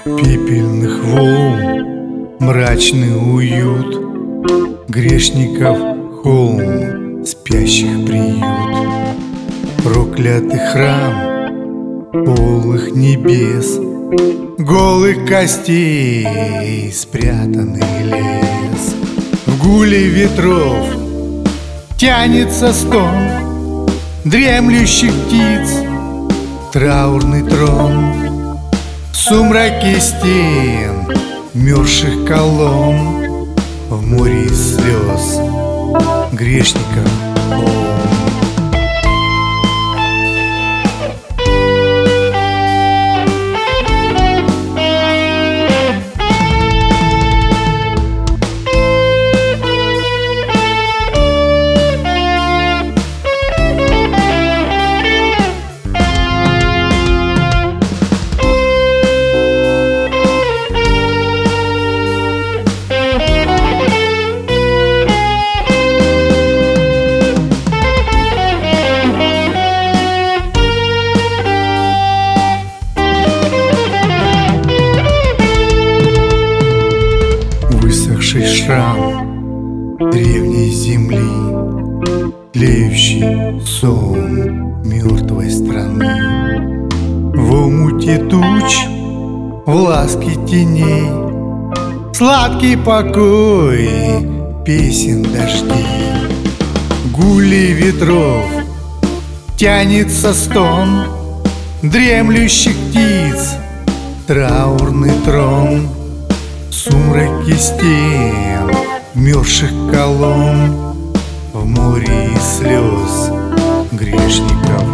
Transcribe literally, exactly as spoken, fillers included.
Пепельных волн мрачный уют, грешников холм, спящих приют. Проклятый храм полых небес, голых костей спрятанный лес. В гуле ветров тянется стон дремлющих птиц, траурный трон. В сумраке стен мёрзших колонн, в море слез грешников полн. Высохший шрам древней земли, тлеющий сон мертвой страны. В омуте туч, в ласке теней, сладкий покой песен дождей. В гуле ветров тянется стон дремлющих птиц, траурный трон. В сумраке стен мёрзших колонн, в море слез грешников